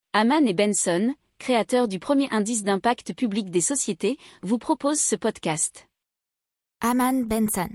Hamann et Benson, créateurs du premier indice d'impact public des sociétés, vous proposent ce podcast. Hamann Benson.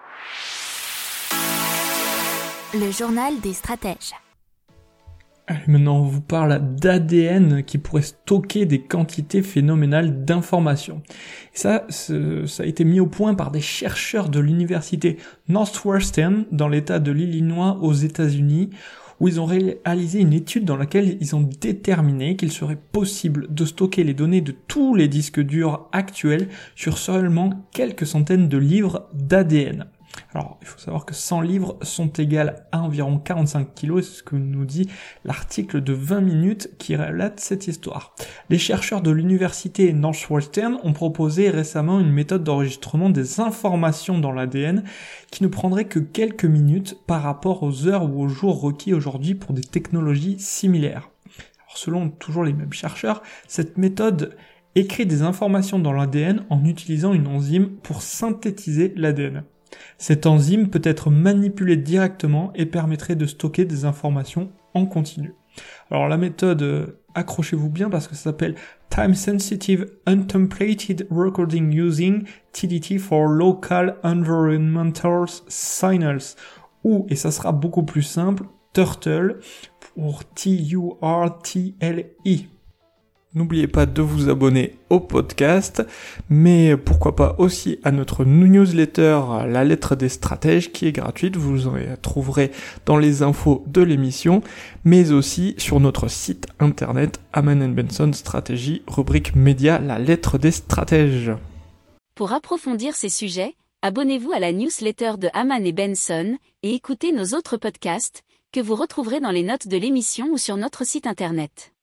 Le journal des stratèges. Allez, maintenant, on vous parle d'ADN qui pourrait stocker des quantités phénoménales d'informations. Et ça a été mis au point par des chercheurs de l'université Northwestern dans l'état de l'Illinois aux États-Unis, où ils ont réalisé une étude dans laquelle ils ont déterminé qu'il serait possible de stocker les données de tous les disques durs actuels sur seulement quelques centaines de livres d'ADN. Alors, il faut savoir que 100 livres sont égales à environ 45 kilos, c'est ce que nous dit l'article de 20 minutes qui relate cette histoire. Les chercheurs de l'université Northwestern ont proposé récemment une méthode d'enregistrement des informations dans l'ADN qui ne prendrait que quelques minutes par rapport aux heures ou aux jours requis aujourd'hui pour des technologies similaires. Alors, selon toujours les mêmes chercheurs, cette méthode écrit des informations dans l'ADN en utilisant une enzyme pour synthétiser l'ADN. Cette enzyme peut être manipulée directement et permettrait de stocker des informations en continu. Alors la méthode, accrochez-vous bien parce que ça s'appelle Time Sensitive Untemplated Recording Using TDT for Local Environmental Signals, ou, et ça sera beaucoup plus simple, Turtle pour TURTLE. N'oubliez pas de vous abonner au podcast, mais pourquoi pas aussi à notre newsletter La Lettre des Stratèges qui est gratuite, vous en trouverez dans les infos de l'émission, mais aussi sur notre site internet Hamann & Benson Stratégie, rubrique média La Lettre des Stratèges. Pour approfondir ces sujets, abonnez-vous à la newsletter de Hamann & Benson et écoutez nos autres podcasts que vous retrouverez dans les notes de l'émission ou sur notre site internet.